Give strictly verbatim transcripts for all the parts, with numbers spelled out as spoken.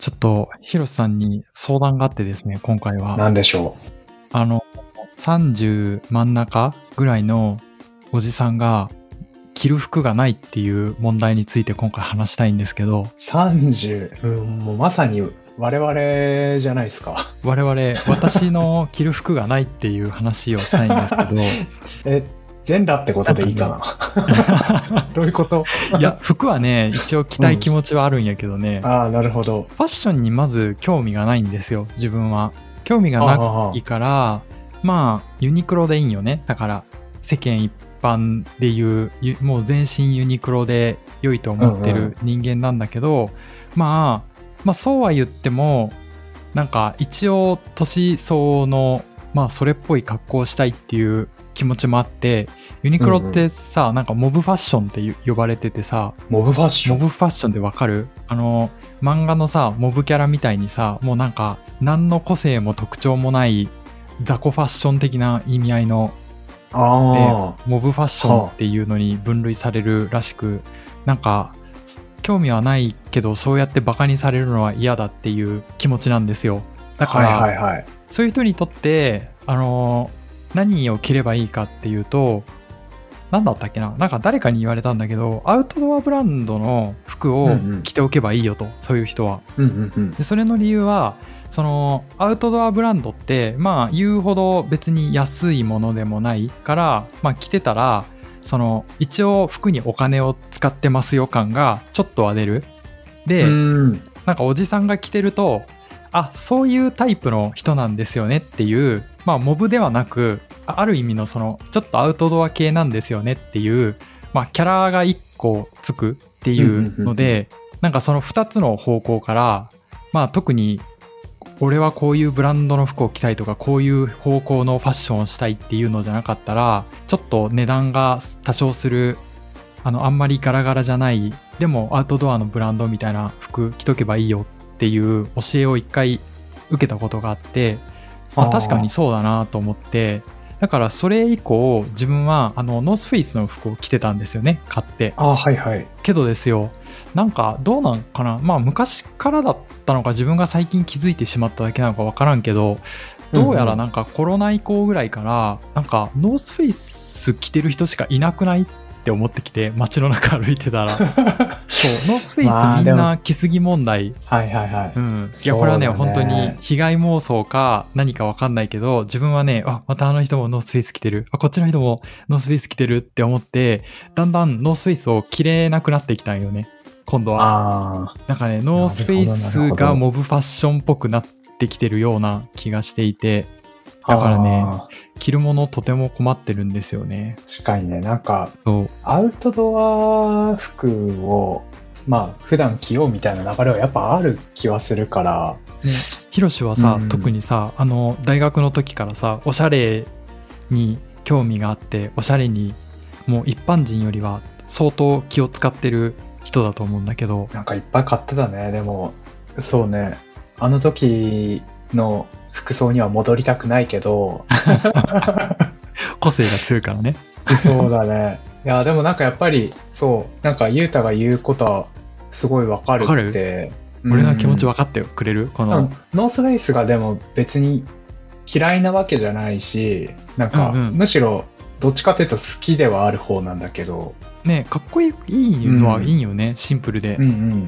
ちょっと、ヒロシさんに相談があってですね、今回は。 なんでしょあの、さんじゅう真ん中ぐらいのおじさんが着る服がないっていう問題について今回話したいんですけど、 う。さんじゅう、うん、もうまさに我々じゃないですか。 我々、私の着る服がないっていう話をしたいんですけど、 え、全裸ってことでいいかな。どういうこといや、服はね、一応着たい気持ちはあるんやけどね、 ああ、なるほど。 ファッションにまず興味がないんですよ、自分は。興味がないから、まあ、ユニクロでいいんよね。だから、世間一般でいう、ゆもう全身ユニクロで良いと思ってる人間なんだけど、まあ、まあ、そうは言っても、なんか一応年相応の、まあ、それっぽい格好をしたいっていう気持ちもあって、ユニクロってさ、なんかモブファッションって呼ばれててさ、 モブファッションモブファッションってわかる？あの漫画のさ、モブキャラみたいにさ、もうなんか何の個性も特徴もない雑魚ファッション的な意味合いので、 あモブファッションっていうのに分類されるらしく、なんか興味はないけどそうやってバカにされるのは嫌だっていう気持ちなんですよ。だから、 はいはいはい、 そういう人にとってあの何を着ればいいかっていうと、なんだったっけな、なんか誰かに言われたんだけど、アウトドアブランドの服を着ておけばいいよと、うんうん、そういう人は、 うんうんうん、 でそれの理由は、そのアウトドアブランドってまあ言うほど別に安いものでもないから、まあ着てたらその一応服にお金を使ってますよ感がちょっとは出る。で、 うんなんかおじさんが着てると、あ、そういうタイプの人なんですよねっていう、まあモブではなく、ある意味のそのちょっとアウトドア系なんですよねっていう、まあキャラがいっこつくっていうので、なんかそのふたつの方向から、まあ特に俺はこういうブランドの服を着たいとか、こういう方向のファッションをしたいっていうのじゃなかったら、ちょっと値段が多少する、あのあんまりガラガラじゃない、でもアウトドアのブランドみたいな服着とけばいいよっていう教えを一回受けたことがあって、まあ、確かにそうだなと思って、だからそれ以降自分はあのノースフェイスの服を着てたんですよね、買って。 あ、はいはい。 けどですよ、なんかどうなんかな、まあ昔からだったのか自分が最近気づいてしまっただけなのか分からんけど、どうやらなんかコロナ以降ぐらいからなんかノースフェイス着てる人しかいなくないって思ってきて、街の中歩いてたらそうノースフェイスみんな着すぎ問題、 はいはいはい、 うん、いやこれは ね, ね本当に被害妄想か何か分かんないけど、自分はね、あ、またあの人もノースフェイス着てる、あ、こっちの人もノースフェイス着てるって思って、だんだんノースフェイスを着れなくなってきたんよね、今度は。あ、なんかね、ノースフェイスがモブファッションっぽくなってきてるような気がしていて、だからね、着るものとても困ってるんですよね。 確かにね、なんかアウトドア服をまあ普段着ようみたいな流れはやっぱある気はするから、 ね、ヒロシはさ、うん、特にさ、あの大学の時からさ、おしゃれに興味があって、おしゃれにもう一般人よりは相当気を使ってる人だと思うんだけど、 なんかいっぱい買ってたね。でもそうね、あの時の服装には戻りたくないけど個性が強いからねそうだね。いやでもなんかやっぱりそうなんかゆうたが言うことはすごいわかるって、 うん、俺の気持ち分かってくれる？このノースフェイスがでも別に嫌いなわけじゃないし、なんかむしろどっちかというと好きではある方なんだけどね、かっこいいのはいいよね、うん、シンプルで、 うんうん、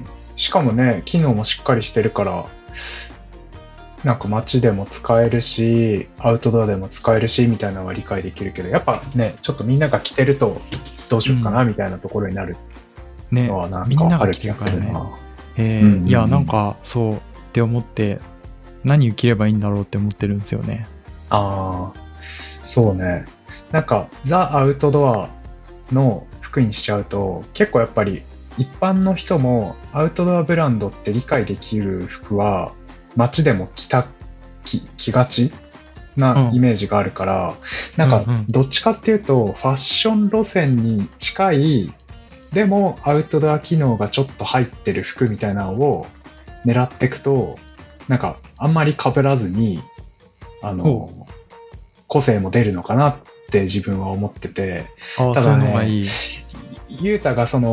しかもね機能もしっかりしてるからなんか街でも使えるしアウトドアでも使えるしみたいなのは理解できるけど、やっぱねちょっとみんなが着てるとどうしようかなみたいなところになるのはなんかある気がするな、ねえーうんうん、いやなんかそうって思って何を着ればいいんだろうって思ってるんですよね。 ああそうね、なんかザ・アウトドアの服にしちゃうと結構やっぱり一般の人もアウトドアブランドって理解できる服は街でも着た 着, 着がちなイメージがあるから、うん、なんかどっちかっていうとファッション路線に近いでもアウトドア機能がちょっと入ってる服みたいなのを狙っていくとなんかあんまり被らずにあの個性も出るのかなって自分は思ってて、 あ、ただね、そういうのがいい。 ゆうたがその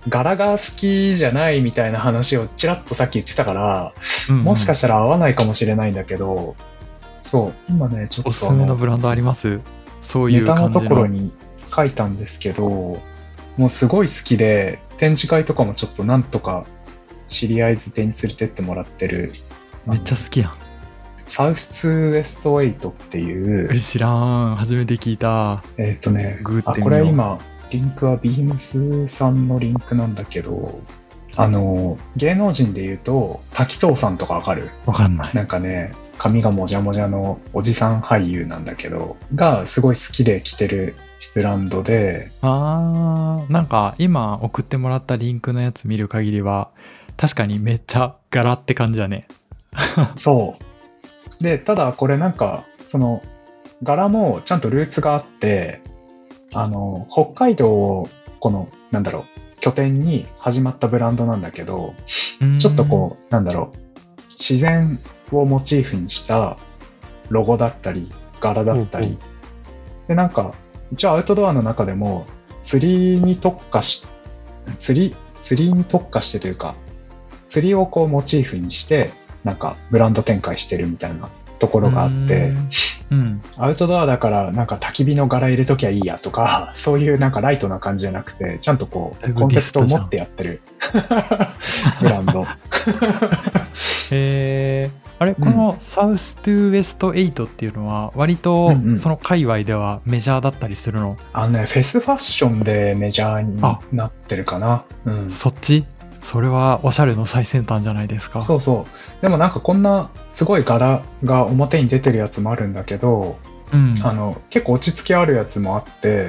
柄が好きじゃないみたいな話をちらっとさっき言ってたから、 うんうん、 もしかしたら合わないかもしれないんだけど、そう今ねちょっとおすすめのブランドあります？そういう感じの。 ネタのところに書いたんですけど、もうすごい好きで、展示会とかもちょっとなんとか知り合いづてに連れてってもらってる。 めっちゃ好きやん。 サウスウエストエイトっていう。 知らん、初めて聞いた。 えっとね、 グあ、これ今、リンクはビームスさんのリンクなんだけど、あの、芸能人で言うと、滝藤さんとかわかる？ わかんない。 なんかね、髪がもじゃもじゃのおじさん俳優なんだけど、がすごい好きで着てるブランドで。 あー、なんか今送ってもらったリンクのやつ見る限りは、確かにめっちゃ柄って感じだね。 そう。で、ただこれなんか、その、柄もちゃんとルーツがあって、あの、北海道を、この、なんだろう、拠点に始まったブランドなんだけど、ちょっとこう、なんだろう、自然をモチーフにしたロゴだったり、柄だったり、 ほうほで、なんか、一応アウトドアの中でも、釣りに特化し、釣り、釣りに特化してというか、釣りをこうモチーフにして、なんかブランド展開してるみたいなところがあって、 うん、 アウトドアだからなんか焚き火の柄入れときゃいいやとか、そういうなんかライトな感じじゃなくて、ちゃんとこうコンセプトを持ってやってるブランド。 えー、あれ、このサウストゥウエストエイトっていうのは割とその界隈ではメジャーだったりするの？ あのね、フェスファッションでメジャーになってるかな。うん、 そっち？それはおしゃれの最先端じゃないですか。 そうそう。でもなんかこんなすごい柄が表に出てるやつもあるんだけど、うん、あの結構落ち着きあるやつもあって。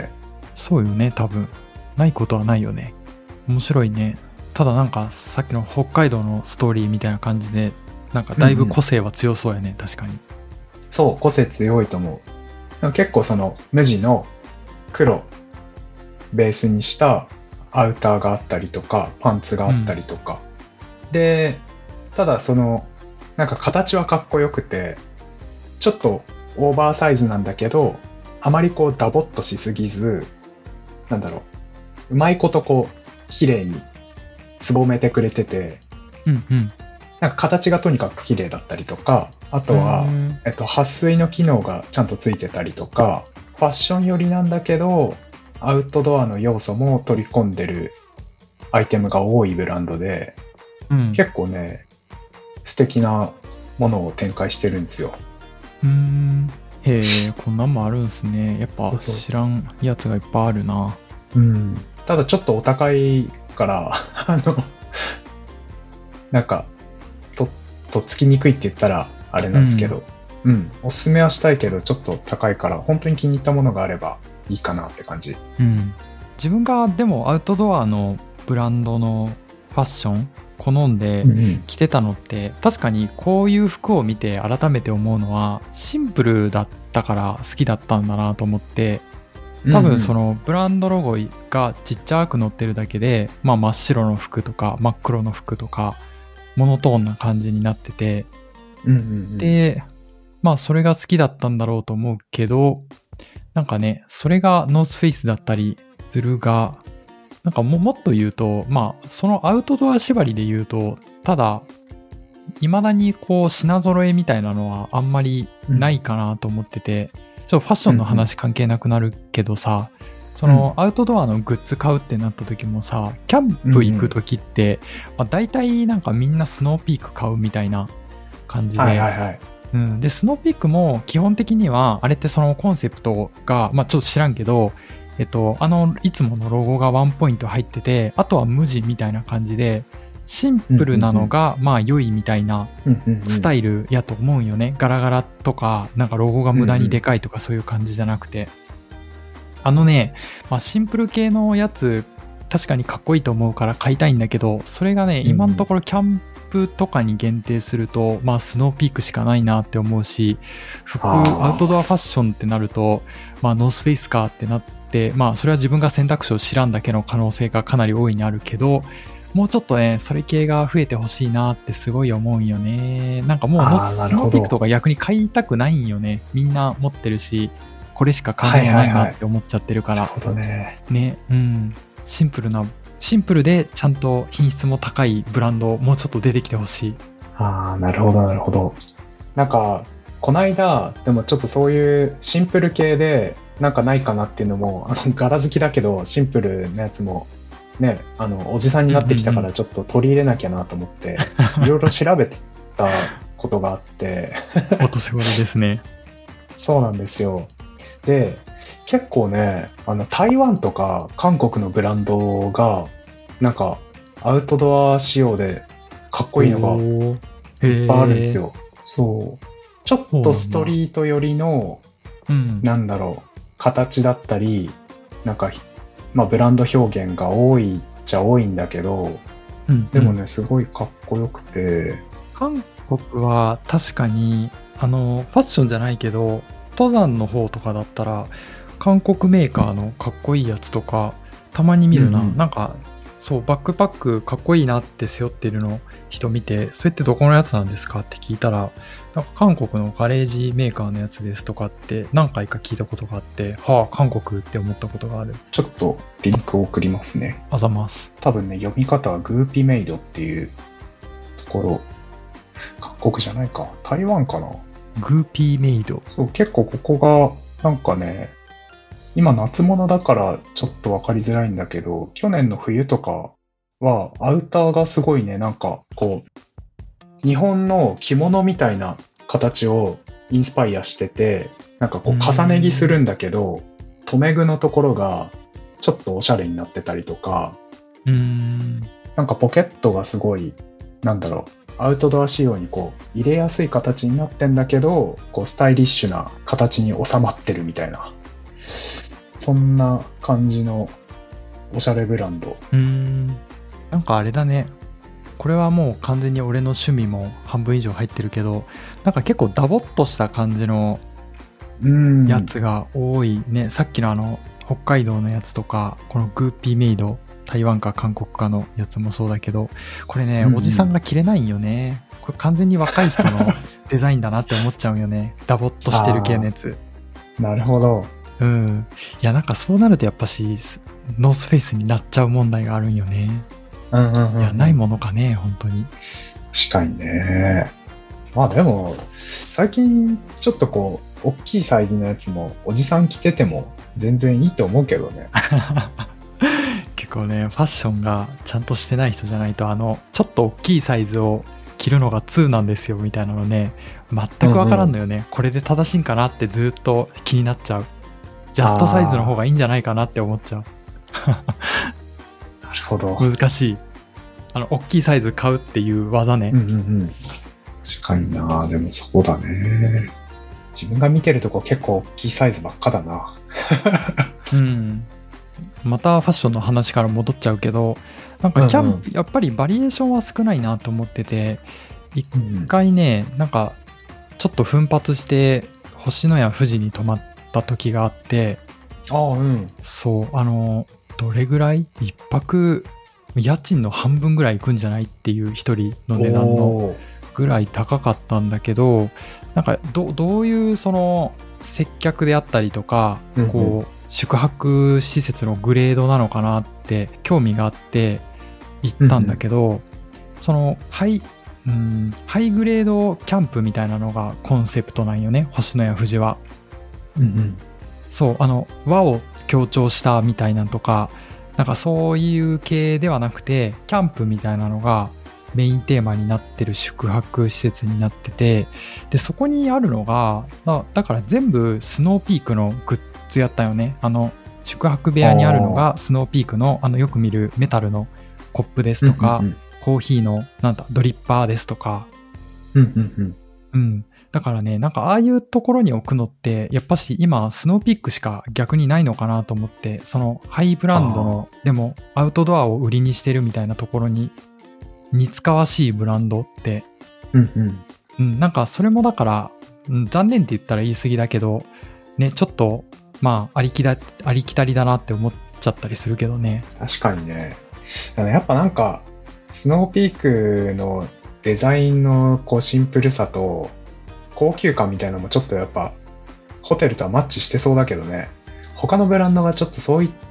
そうよね、多分。ないことはないよね。面白いね。ただなんかさっきの北海道のストーリーみたいな感じで、なんかだいぶ個性は強そうやね、うんうん、確かに。 そう、個性強いと思う。結構その無地の黒ベースにしたアウターがあったりとか、パンツがあったりとか。うん、で、ただその、なんか形はかっこよくて、ちょっとオーバーサイズなんだけど、あまりこうダボっとしすぎず、なんだろう、うまいことこう、綺麗にすぼめてくれてて、 うんうん、 なんか形がとにかく綺麗だったりとか、あとは、えっと、撥水の機能がちゃんとついてたりとか、ファッション寄りなんだけど、アウトドアの要素も取り込んでるアイテムが多いブランドで、うん、結構ね、素敵なものを展開してるんですよ。 うーん、へえ、こんなんもあるんすね。やっぱ知らんやつがいっぱいあるな。 うん。ただちょっとお高いから、あの、なんか、と、とっつきにくいって言ったらあれなんですけど、うん、うん、おすすめはしたいけど、ちょっと高いから、本当に気に入ったものがあればいいかなって感じ。 うん。自分がでもアウトドアのブランドのファッション好んで着てたのって、うんうん、確かにこういう服を見て改めて思うのはシンプルだったから好きだったんだなと思って、多分そのブランドロゴがちっちゃく載ってるだけで、まあ、真っ白の服とか真っ黒の服とかモノトーンな感じになってて、 うんうんうん、 でまあそれが好きだったんだろうと思うけど、なんかね、それがノースフェイスだったりするが、なんか も, もっと言うと、まあそのアウトドア縛りで言うと、ただ未だにこう品揃えみたいなのはあんまりないかなと思ってて、うん、ちょっとファッションの話関係なくなるけどさ、うんうん、そのアウトドアのグッズ買うってなった時もさ、キャンプ行く時って、うんうん、まあ、大体なんかみんなスノーピーク買うみたいな感じで、 はいはいはい、 うん、でスノーピークも基本的にはあれってそのコンセプトが、まあちょっと知らんけど、えっと、あのいつものロゴがワンポイント入ってて、あとは無地みたいな感じでシンプルなのがまあ良いみたいなスタイルやと思うんよね。ガラガラとかなんかロゴが無駄にでかいとかそういう感じじゃなくて、あのね、まあ、シンプル系のやつ確かにかっこいいと思うから買いたいんだけど、それがね今のところキャンプとかに限定すると、まあスノーピークしかないなって思うし、服アウトドアファッションってなると、まあノースフェイスかってなって、まあそれは自分が選択肢を知らんだけの可能性がかなり大いにあるけど、もうちょっとねそれ系が増えてほしいなってすごい思うんよね。なんかもうスノーピークとか逆に買いたくないんよね。みんな持ってるし、これしか考えないなって思っちゃってるから、 はいはいはい、なるほどね。 ね、うん、シンプルなシンプルでちゃんと品質も高いブランドもうちょっと出てきてほしい。 ああ、なるほどなるほど。なんかこないだでもちょっとそういうシンプル系でなんかないかなっていうのも、あの柄好きだけどシンプルなやつもね、あのおじさんになってきたからちょっと取り入れなきゃなと思っていろいろ調べてたことがあってお年頃ですね。 そうなんですよ。で結構ね、あの台湾とか韓国のブランドがなんかアウトドア仕様でかっこいいのがいっぱいあるんですよ。そうちょっとストリート寄りの、 うん、 なんだろう、形だったりなんか、まあ、ブランド表現が多いっちゃ多いんだけど、うん、でもねすごいかっこよくて、 韓国は確かにあのファッションじゃないけど登山の方とかだったら韓国メーカーのかっこいいやつとかたまに見るな、うんうん、なんかそうバックパックかっこいいなって背負ってるの人見て、それってどこのやつなんですかって聞いたら、なんか韓国のガレージメーカーのやつですとかって何回か聞いたことがあって、はあ韓国って思ったことがある。 ちょっとリンクを送りますね。 あざます。 多分ね読み方はグーピメイドっていうところ、韓国じゃないか台湾かな。 グーピーメイド。 そう結構ここがなんかね、今夏物だからちょっと分かりづらいんだけど、去年の冬とかはアウターがすごいね、なんかこう日本の着物みたいな形をインスパイアしてて、なんかこう重ね着するんだけど留め具のところがちょっとおしゃれになってたりとか、 うーんなんかポケットがすごいなんだろう、アウトドア仕様にこう入れやすい形になってんだけど、こうスタイリッシュな形に収まってるみたいな、そんな感じのおしゃれブランド。 うーんなんかあれだね、これはもう完全に俺の趣味も半分以上入ってるけど、なんか結構ダボっとした感じのやつが多いね。さっきのあの北海道のやつとか、このグーピーメイド台湾か韓国かのやつもそうだけど、これね、うんうん、おじさんが着れないんよね。これ完全に若い人のデザインだなって思っちゃうよね。ダボっとしてる系のやつ。 なるほど。 うん。いやなんかそうなるとやっぱしノースフェイスになっちゃう問題があるんよね。 うんうんうん、 いやないものかね本当に。 確かにね。まあでも最近ちょっとこう大きいサイズのやつもおじさん着てても全然いいと思うけどね。 結構ねファッションがちゃんとしてない人じゃないと、あのちょっと大きいサイズを着るのがツーなんですよみたいなのね全く分からんのよね、うんうん、これで正しいんかなってずっと気になっちゃう。ジャストサイズの方がいいんじゃないかなって思っちゃう。 なるほど。 難しい。あの大きいサイズ買うっていう技ね。 うんうんうん。確かにな。でもそうだね。自分が見てるとこ結構大きいサイズばっかだな。 うん。またファッションの話から戻っちゃうけど、なんかキャンプ、うんうん、やっぱりバリエーションは少ないなと思ってて、一回ね、なんかちょっと奮発して星のや富士に泊まった時があって、 ああ、うん。 そう、あのどれぐらい一泊家賃の半分ぐらいいくんじゃないっていう一人の値段のぐらい高かったんだけど、なんか ど, どういうその接客であったりとか、うんうん、こう宿泊施設のグレードなのかなって興味があって行ったんだけど、うんうん、そのハイ、うん、ハイグレードキャンプみたいなのがコンセプトなんよね、星のや富士は。 うんうん、 そう、あの和を強調したみたいなんとか、なんかそういう系ではなくてキャンプみたいなのがメインテーマになってる宿泊施設になってて、でそこにあるのが だ, だから全部スノーピークのグッズやったよね。あの宿泊部屋にあるのがスノーピークのあのよく見るメタルのコップですとか、うんうんうん、コーヒーのなんだドリッパーですとか、 うんうんうんうん、だからね、なんかああいうところに置くのってやっぱし今スノーピークしか逆にないのかなと思って、そのハイブランドのでもアウトドアを売りにしてるみたいなところに似つかわしいブランドって、 うんうんうん、なんかそれもだから、うん、残念って言ったら言い過ぎだけどね、ちょっとまあありきだありきたりだなって思っちゃったりするけどね。 確かにね。やっぱなんかスノーピークのデザインのこうシンプルさと高級感みたいなのもちょっとやっぱホテルとはマッチしてそうだけどね。他のブランドがちょっとそういっ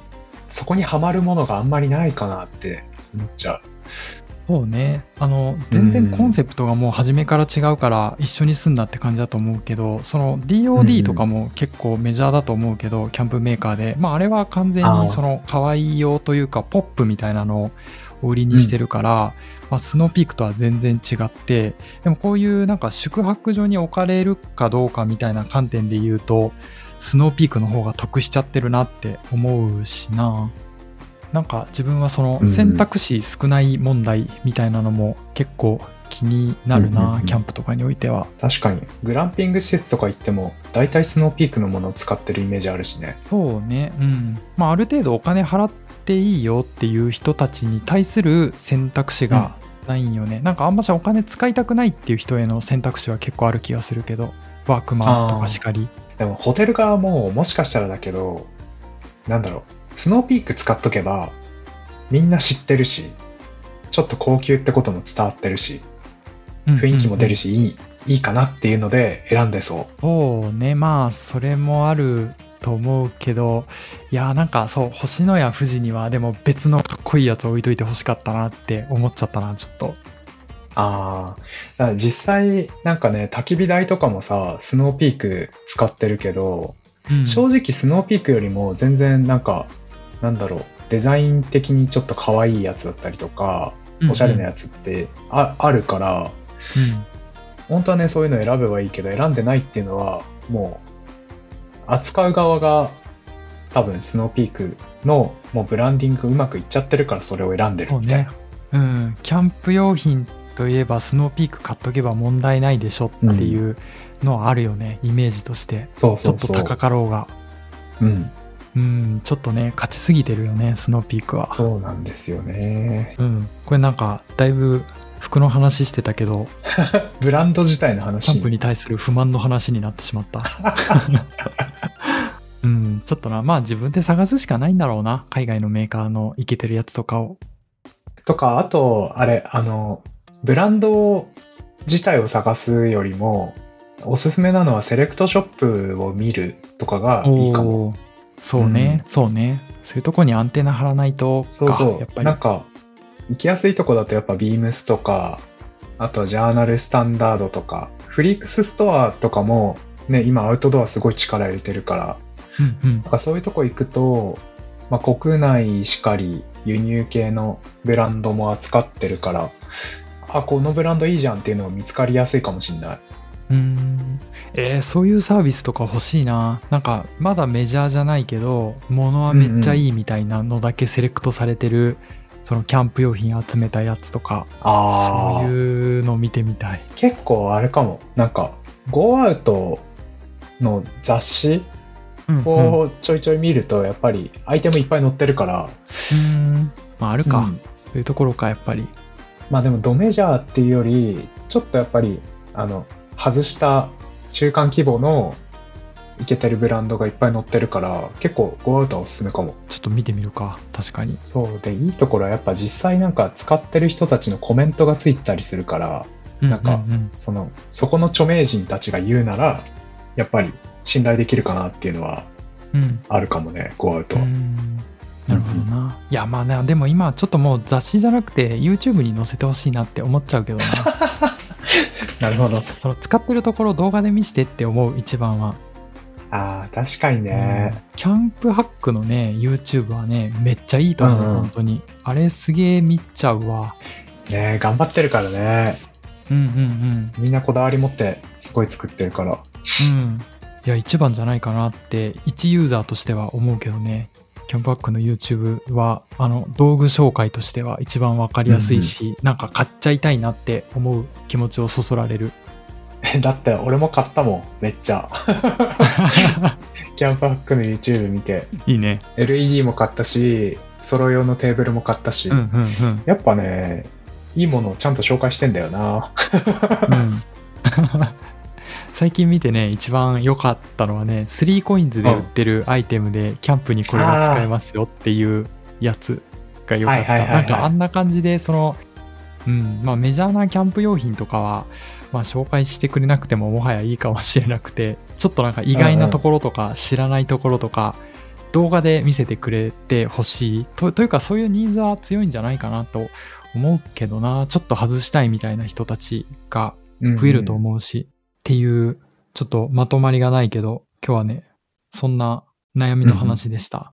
そこにはまるものがあんまりないかなって思っちゃう。 そうね。あの、全然コンセプトがもう初めから違うから一緒にすんなって感じだと思うけど、その ディーオーディー とかも結構メジャーだと思うけど、キャンプメーカーで、まああれは完全にその可愛い用というかポップみたいなのを売りにしてるから、まあ、スノーピークとは全然違って、でもこういうなんか宿泊所に置かれるかどうかみたいな観点で言うと、スノーピークの方が得しちゃってるなって思うしな。なんか自分はその選択肢少ない問題みたいなのも結構気になるな、うんうんうん、キャンプとかにおいては。 確かにグランピング施設とか行っても大体スノーピークのものを使ってるイメージあるしね。 そうね、うん。まあある程度お金払っていいよっていう人たちに対する選択肢がないんよね、うん、なんかあんましお金使いたくないっていう人への選択肢は結構ある気がするけど、ワークマンとかしかり。 でもホテル側ももしかしたらだけど、なんだろう、スノーピーク使っとけばみんな知ってるし、ちょっと高級ってことも伝わってるし、雰囲気も出るし、うんうんうん、いい、いいかなっていうので選んでそう。 そうね、まあそれもあると思うけど、いやなんかそう、星のや富士にはでも別のかっこいいやつ置いといてほしかったなって思っちゃったな、ちょっと。 ああ、だから実際なんかね、焚き火台とかもさ、スノーピーク使ってるけど、うん、正直スノーピークよりも全然なんか、なんだろう、デザイン的にちょっと可愛いやつだったりとか、おしゃれなやつってあ、うんうん、あるから、うん、本当はね、そういうの選べばいいけど、選んでないっていうのは、もう、扱う側が多分スノーピークのもうブランディングうまくいっちゃってるから、それを選んでるみたいな。 そうね。うん。キャンプ用品といえば、スノーピーク買っとけば問題ないでしょっていうのはあるよね、うん、イメージとして。そうそうそう。ちょっと高かろうが。うん。うん、ちょっとね、勝ちすぎてるよね、スノーピークは。 そうなんですよね。 うん。これなんか、だいぶ服の話してたけど、 ブランド自体の話。 キャンプに対する不満の話になってしまった。うん、ちょっとな、まあ自分で探すしかないんだろうな。海外のメーカーのイケてるやつとかを。 とか、あと、あれ、あの、ブランド自体を探すよりも、おすすめなのはセレクトショップを見るとかがいいかも。 そうね、うん、そうね。そういうとこにアンテナ張らないとか、 そうそう、 やっぱり。 なんか、行きやすいとこだとやっぱビームスとか、あとはジャーナルスタンダードとか、フリークスストアとかも、ね、今アウトドアすごい力入れてるから、うんうん、なんかそういうとこ行くと、まあ、国内しかり輸入系のブランドも扱ってるから、あ、このブランドいいじゃんっていうのが見つかりやすいかもしれない。 うーん、えー、そういうサービスとか欲しいな。なんかまだメジャーじゃないけど、物はめっちゃいいみたいなのだけセレクトされてる、うんうん、そのキャンプ用品集めたやつとか、あ、そういうの見てみたい。 結構あれかも、なんか Go Out の雑誌をちょいちょい見るとやっぱりアイテムいっぱい載ってるから、 うーん、まああるか、うん、そういうところかやっぱり。 まあでもドメジャーっていうよりちょっとやっぱりあの外した中間規模のイケてるブランドがいっぱい載ってるから結構Go Outはおすすめかも。 ちょっと見てみるか。確かに。 そうで、いいところはやっぱ実際なんか使ってる人たちのコメントがついてたりするから、なんかそのそこの著名人たちが言うならやっぱり信頼できるかなっていうのはあるかもね、うん、Go Outは。 なるほどな、うん、いやまあね、でも今ちょっともう雑誌じゃなくて YouTube に載せてほしいなって思っちゃうけどな。 なるほど。 その使ってるところを動画で見せてって思う、一番は。 ああ、確かにね、 うん、キャンプハックのね YouTube はねめっちゃいいと思う、うんうん、本当にあれすげえ見ちゃうわね。頑張ってるからね。 うんうんうん。 みんなこだわり持ってすごい作ってるから、 うん、いや一番じゃないかなって一ユーザーとしては思うけどね。キャンプハックの YouTube はあの道具紹介としては一番わかりやすいし、うんうん、なんか買っちゃいたいなって思う気持ちをそそられる。 だって俺も買ったもん、めっちゃ。キャンプハックの YouTube 見て。 いいね。 エルイーディー も買ったし、ソロ用のテーブルも買ったし、うんうんうん、やっぱね、いいものをちゃんと紹介してんだよな。うん、 最近見てね、一番良かったのはね、スリーコインズで売ってるアイテムでキャンプにこれが使えますよっていうやつが良かった。なんかあんな感じで、その、うん、まあメジャーなキャンプ用品とかは、まあ紹介してくれなくてももはやいいかもしれなくて、ちょっとなんか意外なところとか知らないところとか動画で見せてくれてほしいと、というかそういうニーズは強いんじゃないかなと思うけどな。ちょっと外したいみたいな人たちが増えると思うし、うんうん、っていうちょっとまとまりがないけど今日はねそんな悩みの話でした。